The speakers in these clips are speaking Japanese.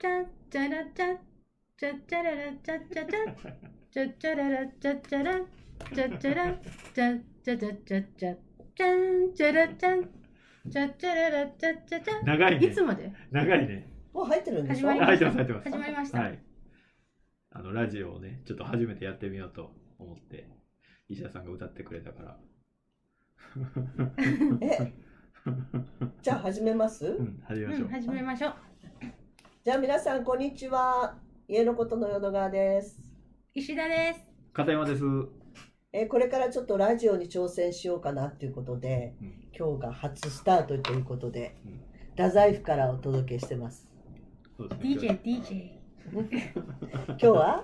チャッチャラチャッチャッチャララチャッチャチャッチャッチャララチャッチャラチャッチャラチャッチャチャチャチャチャンチャラチャンチャッチャララチャッチャチャ。 長いね。 いつまで？ 長いね。 もう入ってるんでしょ？ 始まりました入ってます。 始まりました。 はい。ラジオをね、ちょっと初めてやってみようと思って、石田さんが歌ってくれたから。 じゃあ始めます？ 始めましょう。 始めましょう。 じゃあ皆さんこんにちは。家のことの淀川です。 石田です。 片山です。 これからちょっとラジオに挑戦しようかなっていうことで、今日が初スタートということで、太宰府からお届けしてます。 そうですね、 DJ。 今日は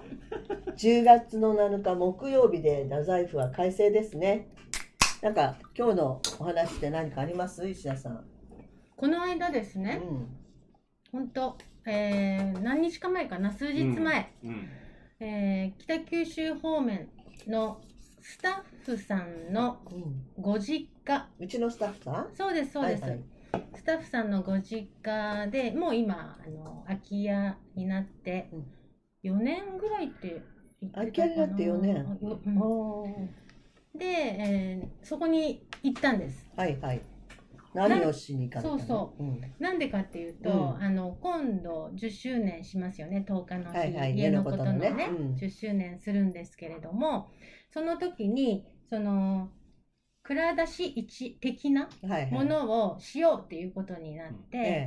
10月の7日木曜日で太宰府は快晴ですね。なんか今日のお話って何かあります？石田さん。 この間ですね、本当、何日か前かな、数日前、北九州方面のスタッフさんのご実家、 うちのスタッフさん？ そうですそうです、スタッフさんのご実家でもう今空き家になって4年ぐらいって言ってたかな。 空き家になって4年。 で、そこに行ったんです。 はいはい。何をしに行かれたの？ そうそう、なんでかっていうと、今度10周年しますよね、10日の日、家のことのね、10周年するんですけれども、その時にその蔵出し市的なものをしようっていうことになって、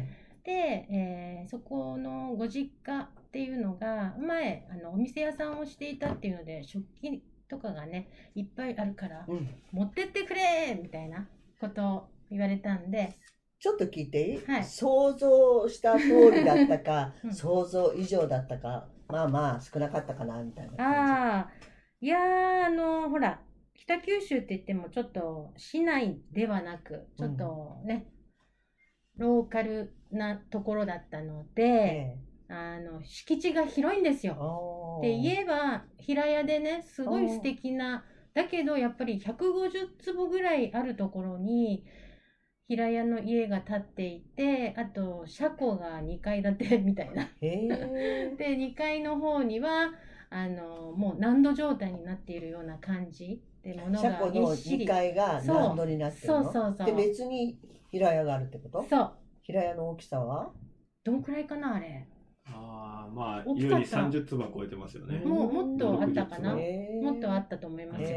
で、そこのご実家っていうのが前お店屋さんをしていたっていうので、食器とかがねいっぱいあるから、持ってってくれみたいなことを言われたんで、 ちょっと聞いていい？ はい、 想像した通りだったか、想像以上だったか、まあまあ少なかったかなみたいな感じ。いやほら北九州って言ってもちょっと市内ではなくちょっとね、ローカルなところだったので、敷地が広いんですよ。で家は平屋でね、すごい素敵な、だけどやっぱり150坪ぐらいあるところに平屋の家が建っていて、あと車庫が2階建てみたいな。で2階の方にはもう難度状態になっているような感じで、物がぎっしり。 車庫の2階が難度になってるの？ そうで別に平屋があるってこと？ そう。 平屋の大きさはどんくらいかな、あれ。 まあ優に30坪は超えてますよね。 もっとあったかな。もっとあったと思いますよ。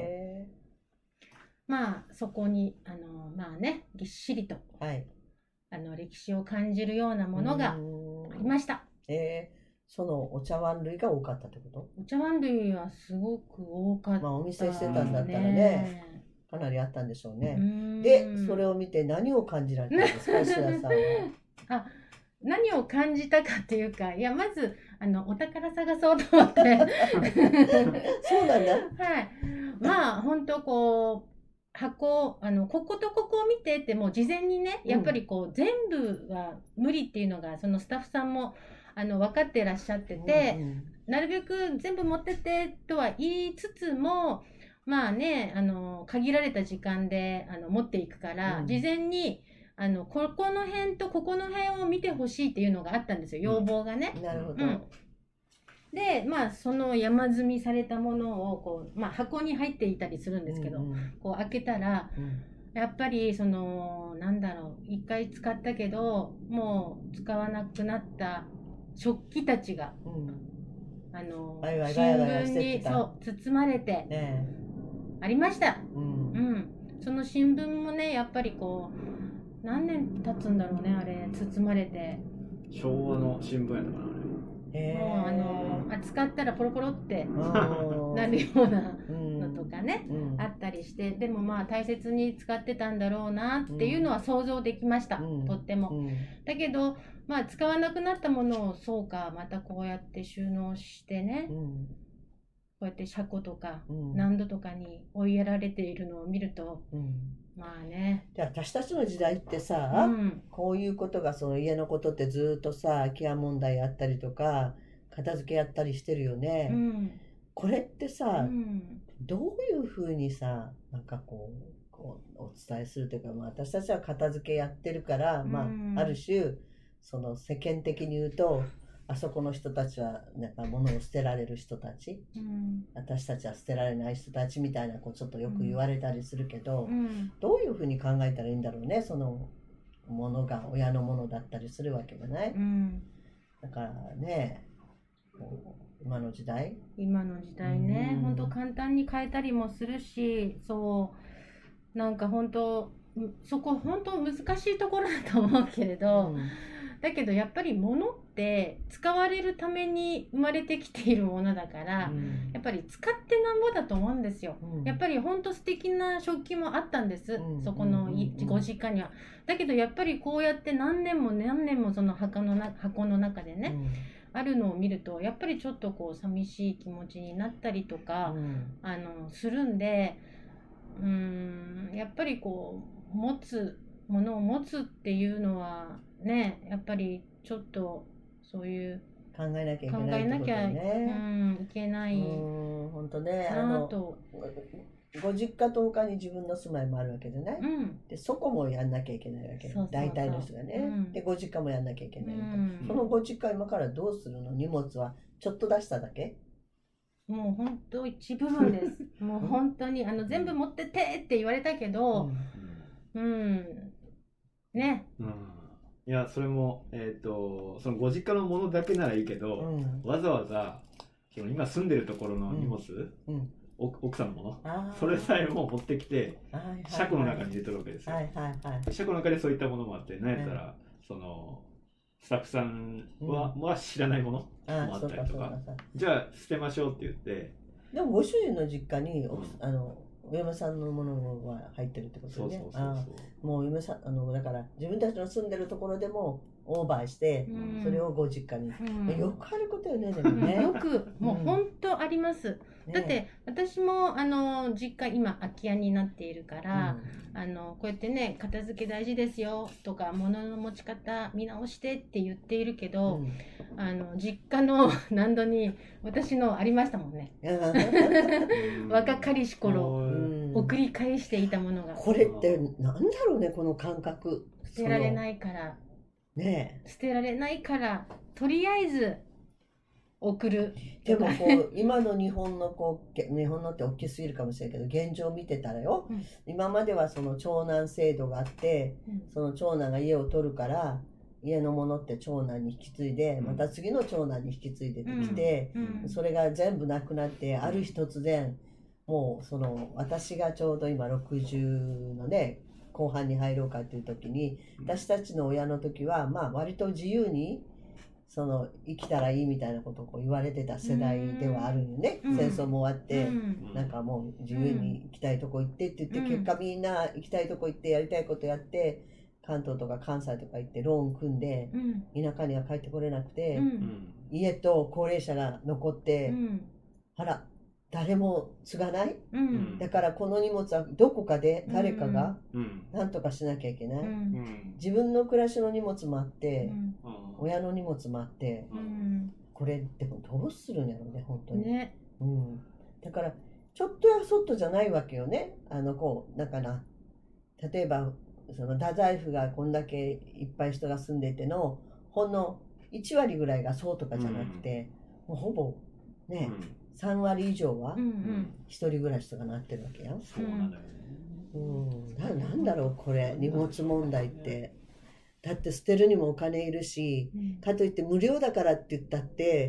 まあそこにまあね、ぎっしりと、歴史を感じるようなものがありました。 そのお茶碗類が多かったってこと？ お茶碗類はすごく多かった。 まあお店してたんだったらね、かなりあったんでしょうね。でそれを見て何を感じられたんですか、石田さんは。 何を感じたかっていうか、いやまずお宝探そうと思ってそうなんだ。 はい。まあ本当こう箱こことここを見てってもう事前にね、やっぱりこう全部は無理っていうのがそのスタッフさんも分かってらっしゃってて、なるべく全部持ってってとは言いつつも、まあね限られた時間で持っていくから、事前にここの辺とここの辺を見てほしいっていうのがあったんですよ、要望がね。 なるほど。 でまあその山積みされたものをこう、箱に入っていたりするんですけど、こう開けたら、やっぱりそのなんだろう、一回使ったけどもう使わなくなった食器たちが、新聞に包まれてありました。その新聞もね、やっぱりこう何年経つんだろうね、あれ包まれて。 昭和の新聞やったかな、あれ。 もう扱ったらポロポロってなるようなのとかね、あったりして、でもまあ大切に使ってたんだろうなっていうのは想像できました、とっても。だけどまあ使わなくなったものをそうかまたこうやって収納してね、こうやって車庫とか難度とかに追いやられているのを見ると、まあね。 で私たちの時代ってさ、こういうことがその家のことってずっとさ、空き家問題あったりとか片付けやったりしてるよね。これってさ、どういうふうにさ、なんかこうお伝えするというか、私たちは片付けやってるから、ある種その世間的に言うとあそこの人たちはなんか物を捨てられる人たち、私たちは捨てられない人たちみたいなちょっとよく言われたりするけど、どういうふうに考えたらいいんだろうね。そのものが親のものだったりするわけじゃない、だからね、今の時代ね、本当簡単に変えたりもするし、そうなんか本当そこ本当難しいところだと思うけれど、だけどやっぱり物って使われるために生まれてきているものだから、やっぱり使ってなんぼだと思うんですよ。やっぱり本当素敵な食器もあったんです、そこのご実家には。だけどやっぱりこうやって何年もその箱の中でね、あるのを見るとやっぱりちょっと寂しい気持ちになったりとか、するんで、やっぱり物を持つっていうのはね、やっぱりちょっとそういう考えなきゃいけないってことね。 いけない本当ね。 とご実家と他に自分の住まいもあるわけじゃない、でそこもやんなきゃいけないわけ、大体の人がね、でご実家もやんなきゃいけない、そのご実家今からどうするの？荷物はちょっと出しただけ？ もう本当一部分ですもう本当に全部持ってってって言われたけど、ね、 いやそれもそのご実家のものだけならいいけど、わざわざその今住んでるところの荷物、奥さんのもの、それさえも持ってきて車庫の中に入れてるわけですよ。車庫の中でそういったものもあって、なんやったらそのスタッフさんは知らないものもあったりとか、じゃあ捨てましょうって言って。でもご主人の実家にお嫁さんのものは入ってるってことね。もう嫁さんだから自分たちの住んでるところでもオーバーして、それをご実家に、よくあることよね。でもね、 よくもう本当あります。だって私も実家今空き家になっているから、こうやってね、片付け大事ですよとか物の持ち方見直してって言っているけど、実家の納戸に私のありましたもんね。若かりし頃送り返していたものが。 これってなんだろうね、この感覚。 捨てられないから捨てられないからとりあえず送る。 でも今の日本のって大きすぎるかもしれないけど、現状見てたらよ、今まではその長男制度があって、その長男が家を取るから家のものって長男に引き継いで、また次の長男に引き継いできて、それが全部なくなって、ある日突然もう私がちょうど今60のね後半に入ろうかっていう時に、私たちの親の時は割と自由に生きたらいいみたいなことを言われてた世代ではあるよね。戦争も終わって、なんかもう自由に行きたいとこ行ってって言って、結果みんな行きたいとこ行ってやりたいことやって、関東とか関西とか行ってローン組んで、田舎には帰ってこれなくて、家と高齢者が残って、あら誰も継がない、だからこの荷物はどこかで誰かが何とかしなきゃいけない、自分の暮らしの荷物もあって、親の荷物もあって、これでもどうするんやろうね本当に、だからちょっとやそっとじゃないわけよね。だから例えばその太宰府がこんだけいっぱい人が住んでてのほんの1割ぐらいがそうとかじゃなくて、もうほぼね、3割以上は一人暮らしとかなってるわけや。 そうなんだよね。 なんだろうこれ、荷物問題って。だって捨てるにもお金いるし、かといって無料だからって言ったって、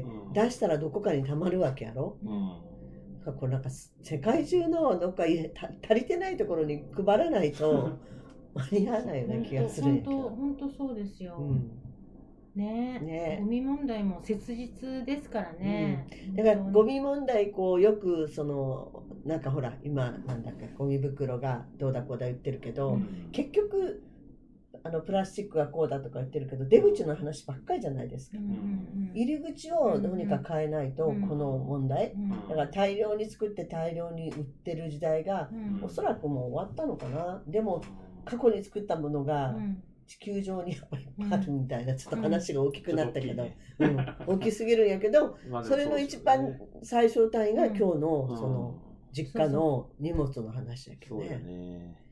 出したらどこかにたまるわけやろ。これなんか世界中のどっか足りてないところに配らないと間に合わないような気がするんやけど。 本当そうですよ。ゴミ問題も切実ですからね。 だからゴミ問題よくなんかほら今なんだっけゴミ袋がどうだこうだ言ってるけど、結局プラスチックがこうだとか言ってるけど、出口の話ばっかりじゃないですか。入り口をどうにか変えないと、この問題だから大量に作って大量に売ってる時代がおそらくもう終わったのかな。でも過去に作ったものが地球上にやっぱりあるみたいな、ちょっと話が大きくなったけど、大きすぎるんやけど、それの一番最小単位が今日の実家の荷物の話だけどね。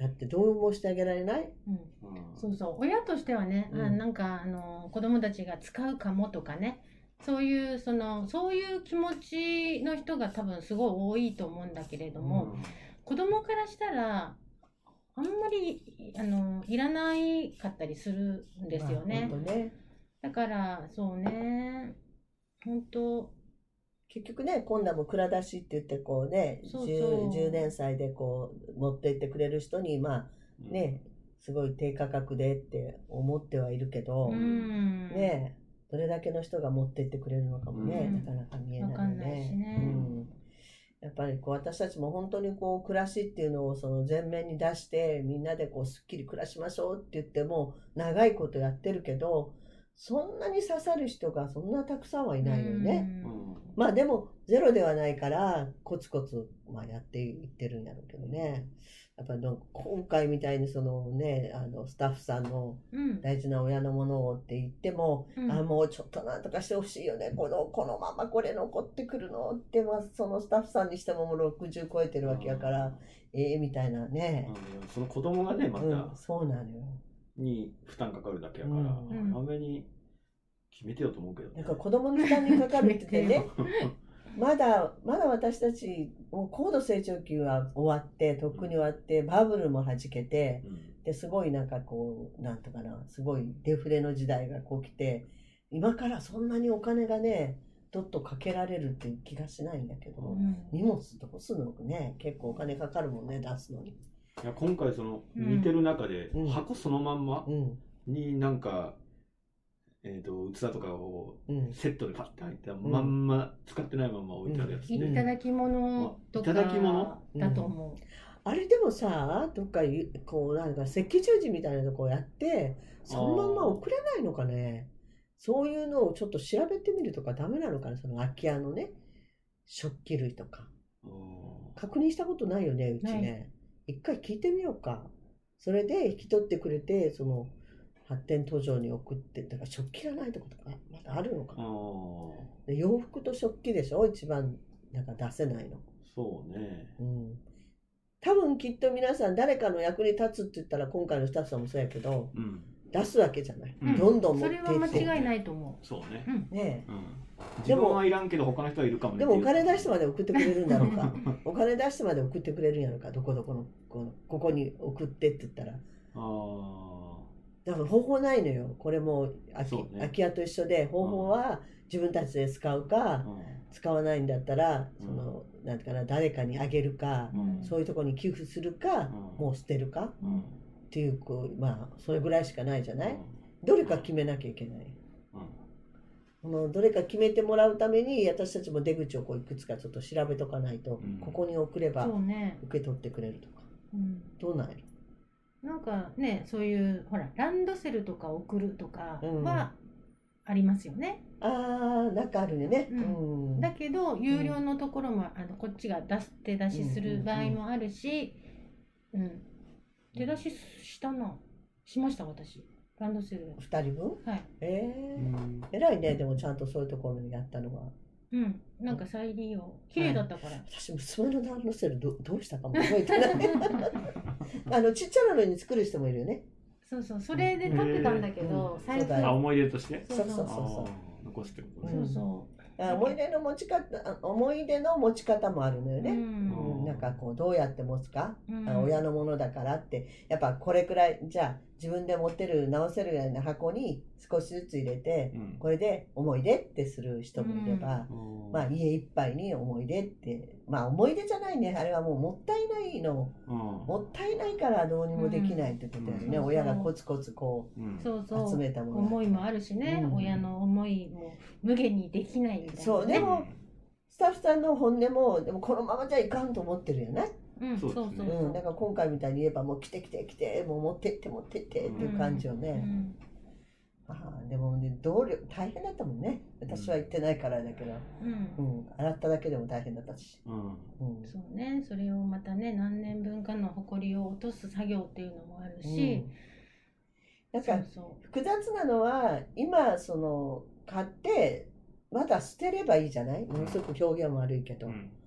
だってどうもしてあげられない、 そうそう、親としてはね、なんか子供たちが使うかもとかね、そういう気持ちの人が多分すごい多いと思うんだけれども、子供からしたらあんまりいらないかったりするんですよね。だからそうね、本当結局ね、今度も蔵出しって言ってこうね、10年祭でこう持って行ってくれる人にまあね、すごい低価格でって思ってはいるけど、ね、どれだけの人が持って行ってくれるのかもね、なかなか見えないよね。やっぱりこう私たちも本当にこう暮らしっていうのをその前面に出してみんなでこうすっきり暮らしましょうって言っても長いことやってるけど、そんなに刺さる人がそんなたくさんはいないよね。まあでもゼロではないからコツコツまあやっていってるんやろうけどね。やっぱり今回みたいにそのね、スタッフさんの大事な親のものをって言っても、もうちょっとなんとかしてほしいよね、このままこれ残ってくるのって、まあ、そのスタッフさんにしてももう60超えてるわけやから、みたいなね。 その子供がね、また、 そうなのよ。 に負担かかるだけやから、早めに決めてよと思うけどね。 なんか子供の負担にかかるって言ってね。まだ私たちもう高度成長期は終わってとっくに終わってバブルもはじけて、ですごいなんかこうなんとかなすごいデフレの時代がこう来て、今からそんなにお金がねどっとかけられるっていう気がしないんだけど、荷物どうするのね、結構お金かかるもんね、出すのに。 いや今回その似てる中で、箱そのまんまになんか器とかをセットでパッて入ったまんま、使ってないまま置いてあるやつね。 いただき物とかだと思う。 あれでもさ、どっかこうなんか赤十字みたいなとこやってそのまんま送れないのかね。そういうのをちょっと調べてみるとかダメなのかな、その空き家のね食器類とか。確認したことないよね、うちね。一回聞いてみようか。それで引き取ってくれて、その発展途上に送って、だから食器がないとことかまだあるのかな。で洋服と食器でしょ、一番なんか出せないの。 そうね。 多分きっと皆さん誰かの役に立つって言ったら今回のスタッフさんもそうやけど、出すわけじゃない。どんどん持っていって。 それは間違いないと思う。 そうね。 ねえ。 自分はいらんけど他の人はいるかもね。 でもお金出してまで送ってくれるんだろうか。お金出してまで送ってくれるんやろうか。どこどこのここに送ってって言ったら。だから方法ないのよ。これも空き家と一緒で、方法は自分たちで使うか、使わないんだったらそのなんていうかな、誰かにあげるか、そういうところに寄付するか、もう捨てるかっていうまあそれぐらいしかないじゃない。どれか決めなきゃいけない。どれか決めてもらうために私たちも出口をいくつかちょっと調べとかないと、ここに送れば受け取ってくれるとか、どうなんやろ。 なんかね、そういうほらランドセルとか送るとかはありますよね。 なんかあるよね。 だけど有料のところもこっちが手出しする場合もあるし、手出ししました私。ランドセル 2人分？ はい。 偉いね、でもちゃんとそういうところにやったのは。 なんか再利用綺麗だったから。 私娘のランドセルどうしたかも覚えてない。ちっちゃなのに作る人もいるよね。 そうそう、それで撮ってたんだけど、 最初思い出として。 そう残してる。 そうそう。 思い出の持ち方もあるのよね。なんかこうどうやって持つか、親のものだからってやっぱこれくらいじゃあ自分で持ってる直せるような箱に少しずつ入れて、これで思い出ってする人もいれば、まあ家いっぱいに思い出って、まあ思い出じゃないね、あれはもうもったいないの、もったいないからどうにもできないってことだよね。親がコツコツこう集めたもの、 思いもあるしね、親の思いも無限にできないみたいな、ね。 そうでもスタッフさんの本音もでもこのままじゃいかんと思ってるよね。だから今回みたいに言えばもう来てもう持ってってっていう感じよね。でもね、大変だったもんね。私は行ってないからだけど、洗っただけでも大変だったし。 そうね、それをまたね、何年分かの埃を落とす作業っていうのもあるし、 なんか複雑なのは今その買ってまだ捨てればいいじゃない。ものすごく表現も悪いけど、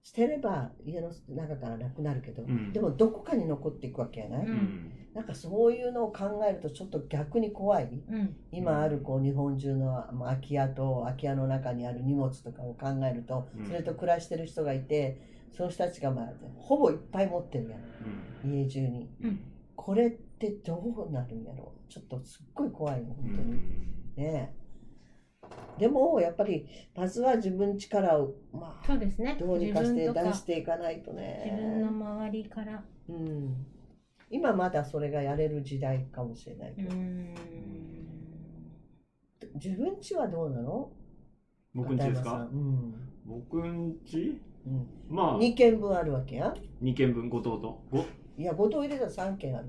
捨てれば家の中からなくなるけど、でもどこかに残っていくわけやない、なんかそういうのを考えるとちょっと逆に怖い、今あるこう日本中の空き家と空き家の中にある荷物とかを考えると、それと暮らしてる人がいて、その人たちがほぼいっぱい持ってるやん、家中に、これってどうなるんやろう。ちょっとすっごい怖いの本当に、ね。でもやっぱりまずは自分力をそうですね、 どうにかして出していかないとね。 自分の周りから、 今まだそれがやれる時代かもしれないけど、自分家はどうなの？ 僕ん家ですか？僕ん家、 まあ2軒分あるわけや。 2軒分、5棟といや5棟入れたら3軒ある。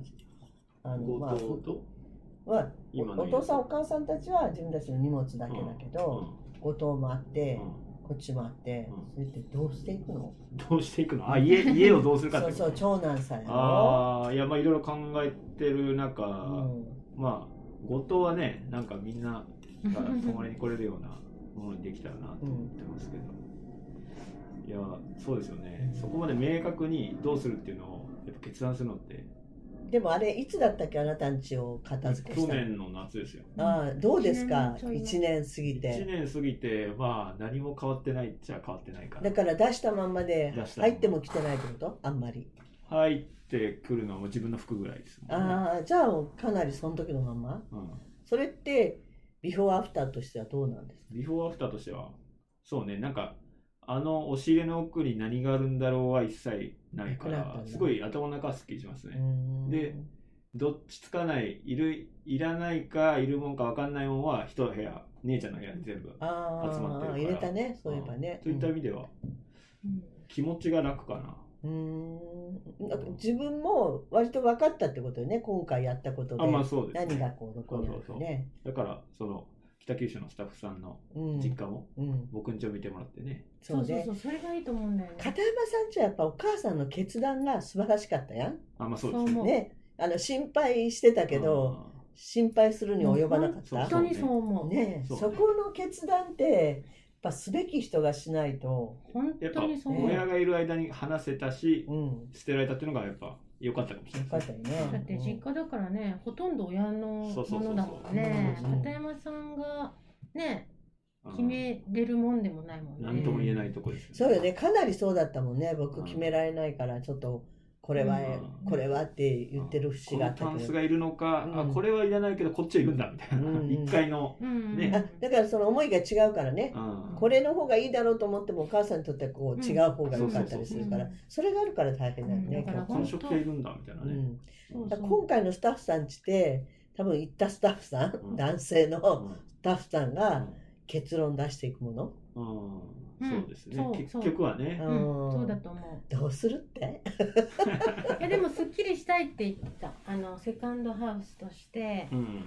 5棟とお父さんお母さんたちは自分たちの荷物だけだけど、5棟もあって、こっちもあって、それってどうしていくの？ どうしていくの？家をどうするかってそう長男さんやろ。 いや、まあいろいろ考えてる中、まあ5棟はね、なんかみんなが泊まりに来れるようなものにできたらなと思ってますけど、いや、そうですよね。そこまで明確にどうするっていうのをやっぱ決断するのって。 でもあれいつだったっけ、あなたん家を片付けしたの？ 去年の夏ですよ。 どうですか？1年過ぎて。 1年過ぎて、まあ何も変わってないっちゃ変わってないから。 だから出したまんまで入っても来てないってこと？あんまり。 入ってくるのは自分の服ぐらいですもんね。 じゃあかなりその時のまま。それってビフォーアフターとしてはどうなんですか？ ビフォーアフターとしては、そうね、なんか押し入れの奥に何があるんだろうは一切ないから、すごい頭の中はすっきりしますね。で、どっちつかない、いらないかいるもんか分かんないもんは一部屋、姉ちゃんの部屋に全部集まってるから。 入れたね、そういえばね。 といった意味では、気持ちが楽かな。 自分も割と分かったってことよね、今回やったことで。 そうですね。 何がこうどこにあるかね。 だから北九州のスタッフさんの実家も僕ん家を見てもらってね。 そうそれがいいと思うんだよね。 片山さんちはやっぱお母さんの決断が素晴らしかったやん。 そうですね。 心配してたけど心配するに及ばなかった。 本当にそう思うね。そこの決断ってやっぱすべき人がしないと。 本当にそう思う。 親がいる間に話せたし、捨てられたっていうのがやっぱ良かったかもしれない。 良かったよね。 だって実家だからね、ほとんど親のものだもんね。片山さんがね、決めれるもんでもないもんね。 何とも言えないとこですよね。 そうよね、かなりそうだったもんね。僕決められないからちょっとこれはって言ってる節があったけど。 このタンスがいるのか、これはいらないけどこっちはいるんだみたいな一回のね。 だからその思いが違うからね。これの方がいいだろうと思ってもお母さんにとってはこう違う方が良かったりするから、それがあるから大変だよね。 この食器はいるんだみたいなね。 今回のスタッフさんちって多分行ったスタッフさん、男性のスタッフさんが結論出していくもの。 そうですね。結局はね。 そうだと思う。 どうするって？ でもすっきりしたいって言ってた。セカンドハウスとして、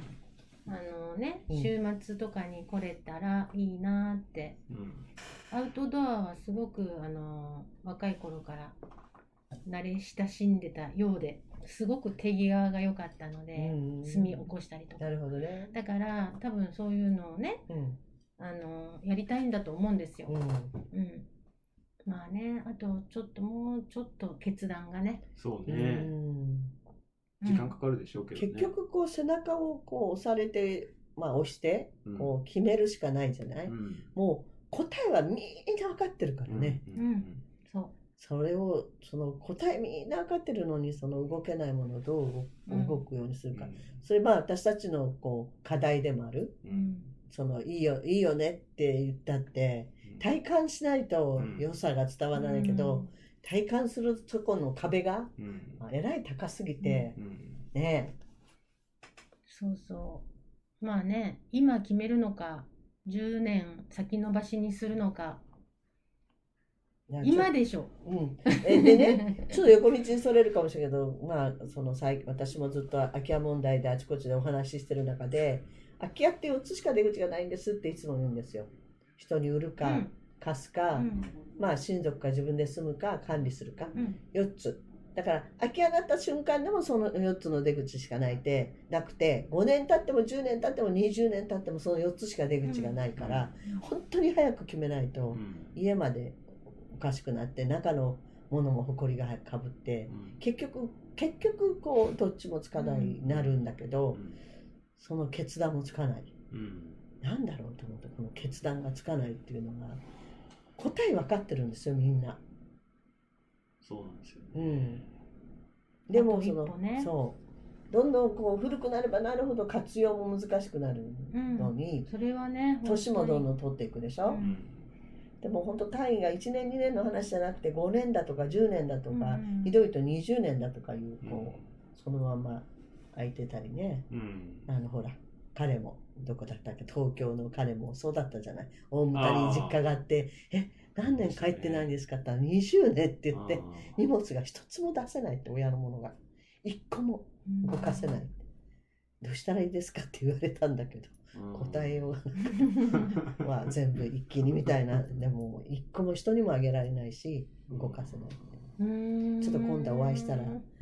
週末とかに来れたらいいなって。アウトドアはすごく若い頃から慣れ親しんでたようで、すごく手際が良かったので、住み起こしたりとか。 なるほどね。 だから多分そういうのをね。やりたいんだと思うんですよ。まあね、あともうちょっと決断がね。 そうね。時間かかるでしょうけどね。 結局こう背中をこう押されて、押してこう決めるしかないじゃない。もう答えはみんな分かってるからね。それをその答えみんな分かってるのにその動けないものをどう動くようにするか。それ私たちのこう課題でもある。いいよねって言ったって体感しないと良さが伝わらないけど、体感するとこの壁がえらい高すぎてね。 まあね、今決めるのか10年先延ばしにするのか今でしょ。 でね、ちょっと横道にそれるかもしれないけど、私もずっと空き家問題であちこちでお話ししてる中で、空き家って4つしか出口がないんですっていつも言うんですよ。人に売るか、貸すか、親族か自分で住むか管理するか、4つ。だから空き家になった瞬間でもその4つの出口しかなくて、5年経っても10年経っても20年経ってもその4つしか出口がないから、本当に早く決めないと家までおかしくなって中のものも埃がかぶって、結局こうどっちもつかないなるんだけど、その決断もつかない、なんだろうと思って、この決断がつかないっていうのが答え分かってるんですよみんな。 そうなんですよね。 でもそうどんどんこう古くなればなるほど活用も難しくなるのに、 それはね、 年もどんどん取っていくでしょ。でも本当単位が1年2年の話じゃなくて5年だとか10年だとか、ひどいと20年だとかいうこうそのまま空いてたりね、ほら彼もどこだったっけ、東京の彼もそうだったじゃない。大牟田に実家があって何年帰ってないんですかって言ったら20年って言って荷物が一つも出せないって、親のものが一個も動かせない、どうしたらいいですかって言われたんだけど、答えようがは全部一気にみたいな。でも一個も人にもあげられないし動かせない。ちょっと今度お会いしたら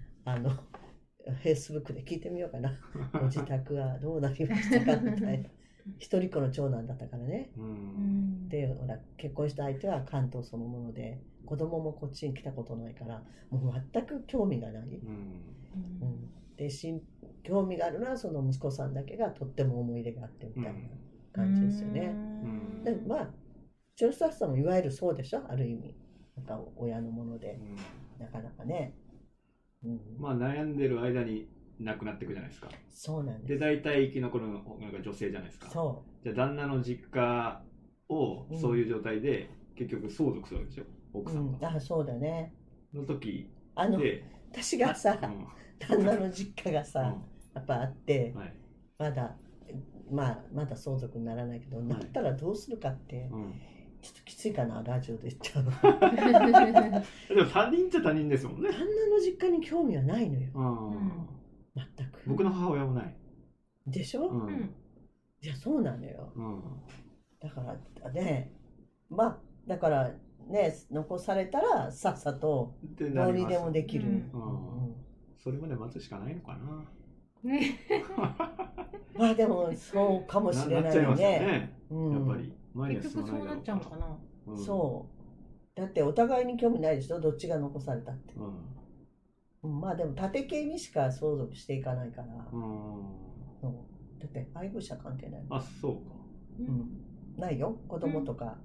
Facebook で聞いてみようかな。ご自宅はどうなりましたかみたいな。一人っ子の長男だったからね。でほら結婚した相手は関東そのもので、子供もこっちに来たことないからもう全く興味がない。で興味があるのはその息子さんだけがとっても思い入れがあってみたいな感じですよね。でまあうちのスタッフさんもいわゆるそうでしょ、ある意味なんか親のもので、なかなかね。 まあ悩んでる間に亡くなっていくじゃないですか。 そうなんです。 で大体生き残るのが女性じゃないですか。じゃあ旦那の実家をそういう状態で結局相続するわけでしょ、奥さんが。 そうだね。 の時私がさ、旦那の実家がさ、やっぱあって、まだ相続にならないけど、なったらどうするかって、ちょっときついかな、ラジオで言っちゃう。 でも他人っちゃ他人ですもんね。 旦那の実家に興味はないのよ。全く。 僕の母親もない。 でしょ？いや、そうなのよ。だからね、だからね、残されたらさっさとどうにでもできる。 それまで待つしかないのかな。 まあでもそうかもしれないよね。 やっぱり結局そうなっちゃうのかな。 そうだってお互いに興味ないでしょ、どっちが残されたって。まあでも縦系にしか相続していかないから。だって配偶者関係ない。 そうか。 ないよ、子供とか。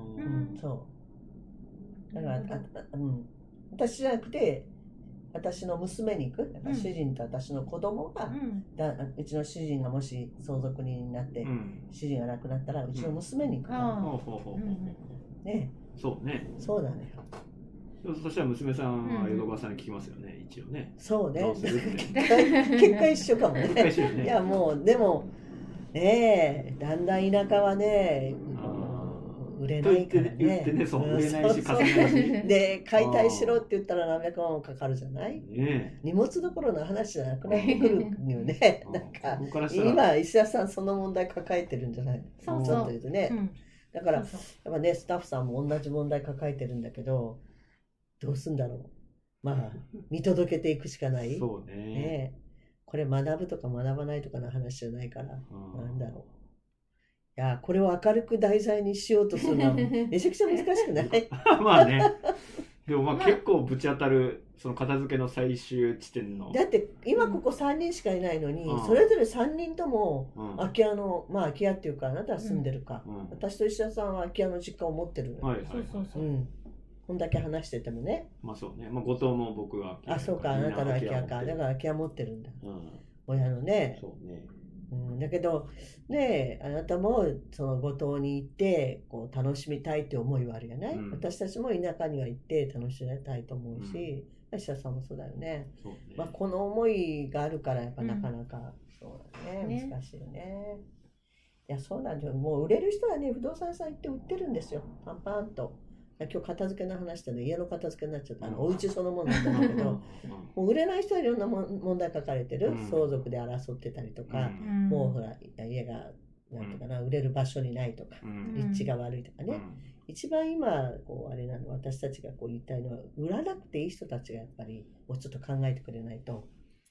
そうだから私じゃなくて私の娘に行く、主人と私の子供が、うちの主人がもし相続人になって、主人が亡くなったらうちの娘に行くから、ね。 そうね。 そうなのよ。 そしたら娘さんは淀川さんに聞きますよね、一応ね。 そうね。結果一緒かもね。いやもうでもね、だんだん田舎はね売れないからね。 言ってね、売れないし稼げないし。 で解体しろって言ったら何百万もかかるじゃない。荷物どころの話じゃなくなってくるよね。なんか今石田さんその問題抱えてるんじゃないの。ちょっと言うとね。だからやっぱね、スタッフさんも同じ問題抱えてるんだけど、どうすんだろう。まあ見届けていくしかない。 そうね。 これ学ぶとか学ばないとかの話じゃないから、なんだろう。いや、これを明るく題材にしようとするのはめちゃくちゃ難しくない？ まあね。でも結構ぶち当たるその片付けの最終地点の。 だって今ここ3人しかいないのに、それぞれ3人とも空き家の、空き家っていうかあなたは住んでるか、私と石田さんは空き家の実家を持ってるのよ。こんだけ話しててもね。 そうね。後藤も僕は空き家。そうか、あなたの空き家か。だから空き家持ってるんだ。親のね。 そうね。 だけどね、あなたもその五島に行ってこう楽しみたいって思いはあるよね。私たちも田舎には行って楽しみたいと思うし、石田さんもそうだよね。この思いがあるからやっぱなかなかそうだね、難しいよね。いやそうなんですよ。もう売れる人はね、不動産屋さん行って売ってるんですよ、パンパンと。今日片付けの話でね、家の片付けになっちゃった、お家そのものなんだけどもう売れない人はいろんな問題書かれてる、相続で争ってたりとか、もうほら家がなんていうかな、売れる場所にないとか、立地が悪いとかね、一番今こうあれなの、私たちがこう言いたいのは、売らなくていい人たちがやっぱりもうちょっと考えてくれないと、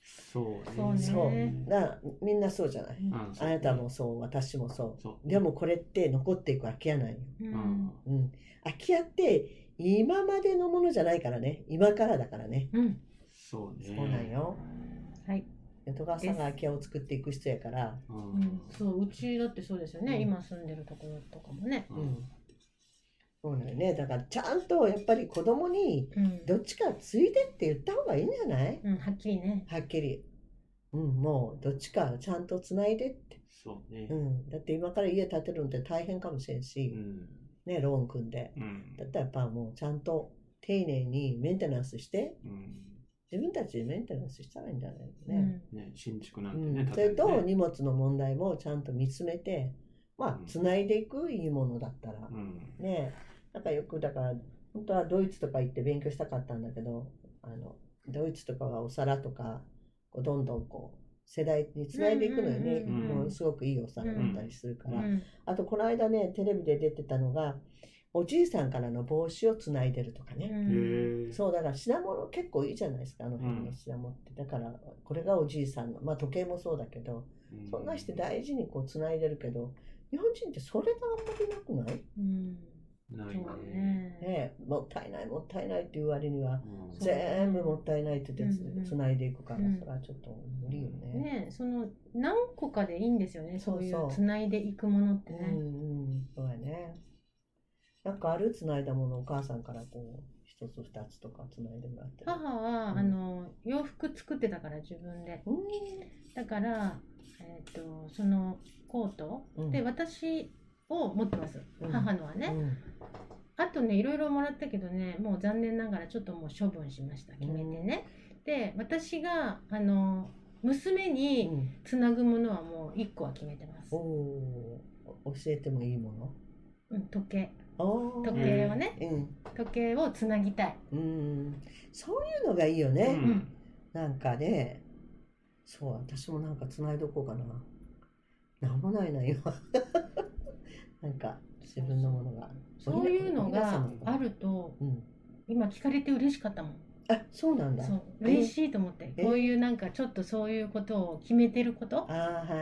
そうみんなそうじゃない、あなたもそう私もそう、でもこれって残っていく空き家なんよ、空き家って今までのものじゃないからね、今からだからね、そうなんよ。はい。戸川さんが空き家を作っていく人やから、 うちだってそうですよね、今住んでるところとかもね。 そうだよね。だからちゃんとやっぱり子供にどっちか継いでって言った方がいいんじゃない？ はっきりね。 はっきり。もうどっちかちゃんとつないでって。 そうね。 だって今から家建てるのって大変かもしれんし、ね、ローン組んで。だったらやっぱもうちゃんと丁寧にメンテナンスして、自分たちでメンテナンスしたらいいんじゃないのね。 新築なんてね。 それと荷物の問題もちゃんと見つめて、つないでいくいいものだったら。ね。なんかよくだから本当はドイツとか行って勉強したかったんだけど、ドイツとかはお皿とかどんどん世代につないでいくのよね。もうすごくいいお皿だったりするから、あとこの間ねテレビで出てたのがおじいさんからの帽子をつないでるとかね、そうだから品物結構いいじゃないですか、あの辺の品物って。だからこれがおじいさんの時計もそうだけど、そんなして大事につないでるけど、日本人ってそれがあんまりなくない？ ないね。 もったいないもったいないっていう割には、全部もったいないって言ってつないでいくから、それはちょっと無理よね。 その何個かでいいんですよね、そういうつないでいくものってね。 そうやね。なんかあるつないだもの、お母さんから一つ二つとかつないでもらってる。 母は、洋服作ってたから自分で。だから、そのコート、で私を持ってます、母のはね。あとねいろいろもらったけどね、もう残念ながらちょっともう処分しました、決めてね。で私が娘につなぐものはもう1個は決めてます。 教えてもいいもの？ 時計をね、時計をつなぎたい。 そういうのがいいよね。なんかね、そう私もなんかつないどこうかな。なんもないな今。なんか自分のものが。 そういうのがあると、今聞かれて嬉しかったもん。 あ、そうなんだ。 嬉しいと思って、こういうなんかちょっとそういうことを決めてることを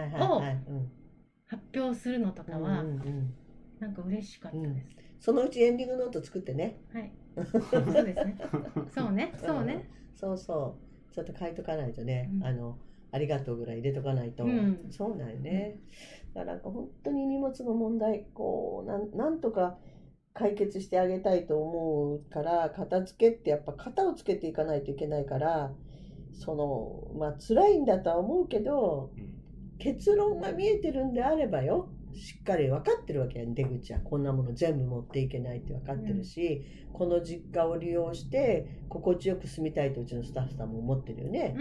発表するのとかはなんか嬉しかったです。 そのうちエンディングノート作ってね。 はい。そうですね。そうね。 そうそう。ちょっと書いとかないとね。ありがとうぐらい入れとかないと。そうなんよね。だから本当に荷物の問題なんとか解決してあげたいと思うから、片付けってやっぱ型をつけていかないといけないから、辛いんだとは思うけど、結論が見えてるんであればよ、しっかり分かってるわけやん。出口はこんなもの全部持っていけないって分かってるし、この実家を利用して心地よく住みたいとうちのスタッフさんも思ってるよね。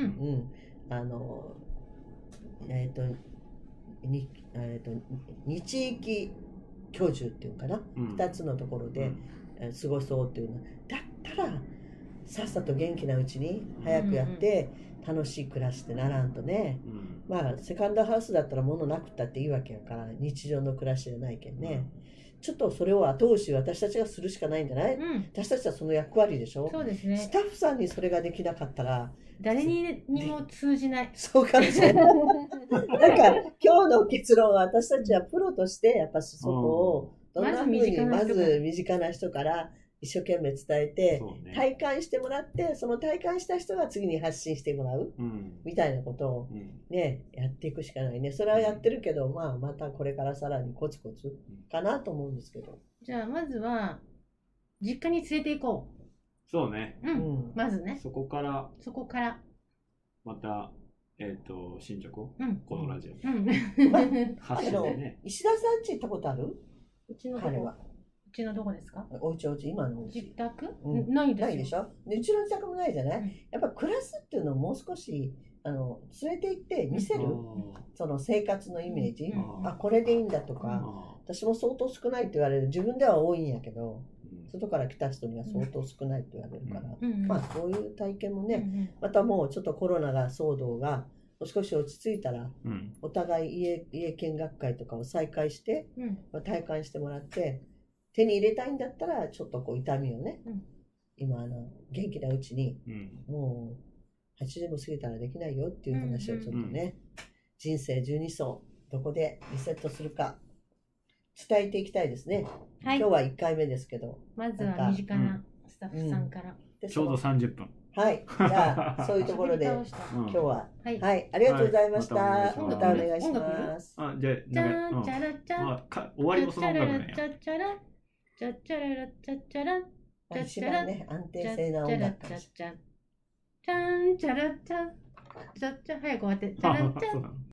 日域居住っていうかな、2つのところで過ごそうっていうのだったら、さっさと元気なうちに早くやって楽しい暮らしってならんとね。セカンドハウスだったら物なくったっていいわけやから、日常の暮らしじゃないけんね。ちょっとそれを後押し私たちがするしかないんじゃない？私たちはその役割でしょ。 そうですね。 スタッフさんにそれができなかったら誰にも通じない。 そうかもしれない。なんか今日の結論は、私たちはプロとしてやっぱそこをどんなふうにまず身近な人から一生懸命伝えて、体感してもらって、その体感した人が次に発信してもらうみたいなことをね、やっていくしかないね。それはやってるけど、またこれからさらにコツコツかなと思うんですけど。 じゃあまずは実家に連れて行こう。 そうね。 まずね。 そこからまた進捗をこのラジオ発信でね。石田さん家行ったことある？ うちの彼は。うちのどこですか？ お家今の自宅？ないですよ。 ないでしょ？でうちの自宅もないじゃない？やっぱ暮らすっていうのをもう少し連れて行って見せる、その生活のイメージ、これでいいんだとか、私も相当少ないって言われる。自分では多いんやけど、外から来た人には相当少ないって言われるから、こういう体験もね、またもうちょっとコロナ騒動が少し落ち着いたら、お互い家見学会とかを再開して、体感してもらって、手に入れたいんだったらちょっと痛みをね、今元気なうちにもう 80も過ぎたらできないよっていう話をちょっとね、人生12層どこでリセットするか伝えていきたいですね。今日は1回目ですけど、 まずは身近なスタッフさんから、 ちょうど30分。 はい、じゃあそういうところで今日ははい、ありがとうございました。またお願いします。 あ、じゃあ終わりもその音楽ね。 チャチャラチャチャラチャチャラ一番ね安定性な音楽かもしれない。 チャンチャラチャチャチャ早く終わってチャラチャ